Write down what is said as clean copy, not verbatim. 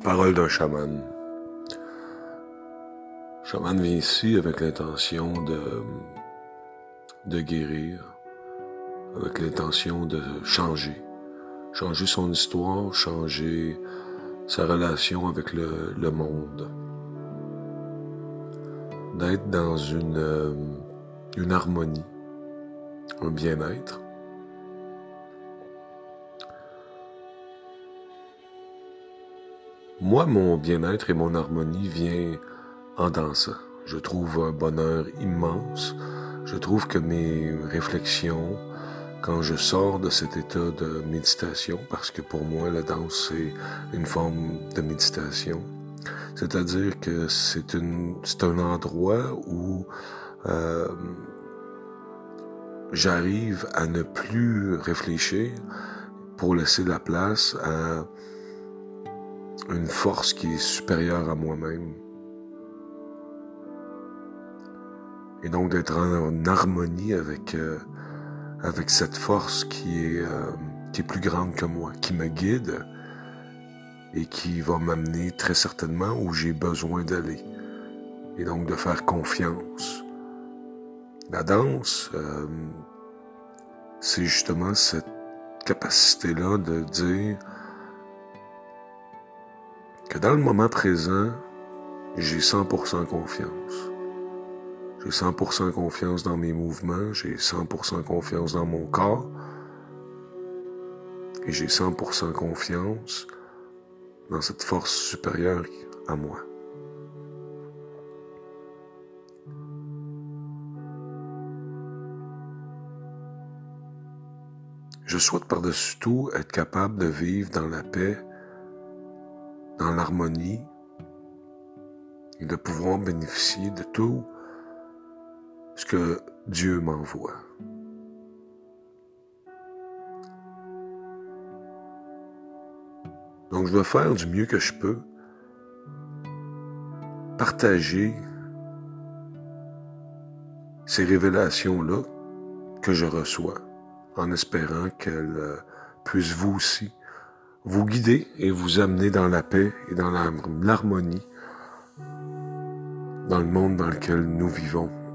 Parole d'un chaman. Le chaman vient ici avec l'intention de guérir, avec l'intention de changer son histoire, changer sa relation avec le monde, d'être dans une harmonie, un bien-être. Moi, mon bien-être et mon harmonie vient en dansant. Je trouve un bonheur immense. Je trouve que mes réflexions, quand je sors de cet état de méditation, parce que pour moi, la danse, c'est une forme de méditation, c'est-à-dire que c'est un endroit où j'arrive à ne plus réfléchir pour laisser la place à une force qui est supérieure à moi-même. Et donc d'être en harmonie avec cette force qui est plus grande que moi, qui me guide et qui va m'amener très certainement où j'ai besoin d'aller. Et donc de faire confiance. La danse, c'est justement cette capacité-là de dire que dans le moment présent, j'ai 100% confiance. J'ai 100% confiance dans mes mouvements, j'ai 100% confiance dans mon corps, et j'ai 100% confiance dans cette force supérieure à moi. Je souhaite par-dessus tout être capable de vivre dans la paix, dans l'harmonie, et de pouvoir bénéficier de tout ce que Dieu m'envoie. Donc, je vais faire du mieux que je peux, partager ces révélations-là que je reçois, en espérant qu'elles puissent vous aussi vous guider et vous amener dans la paix et dans l'harmonie dans le monde dans lequel nous vivons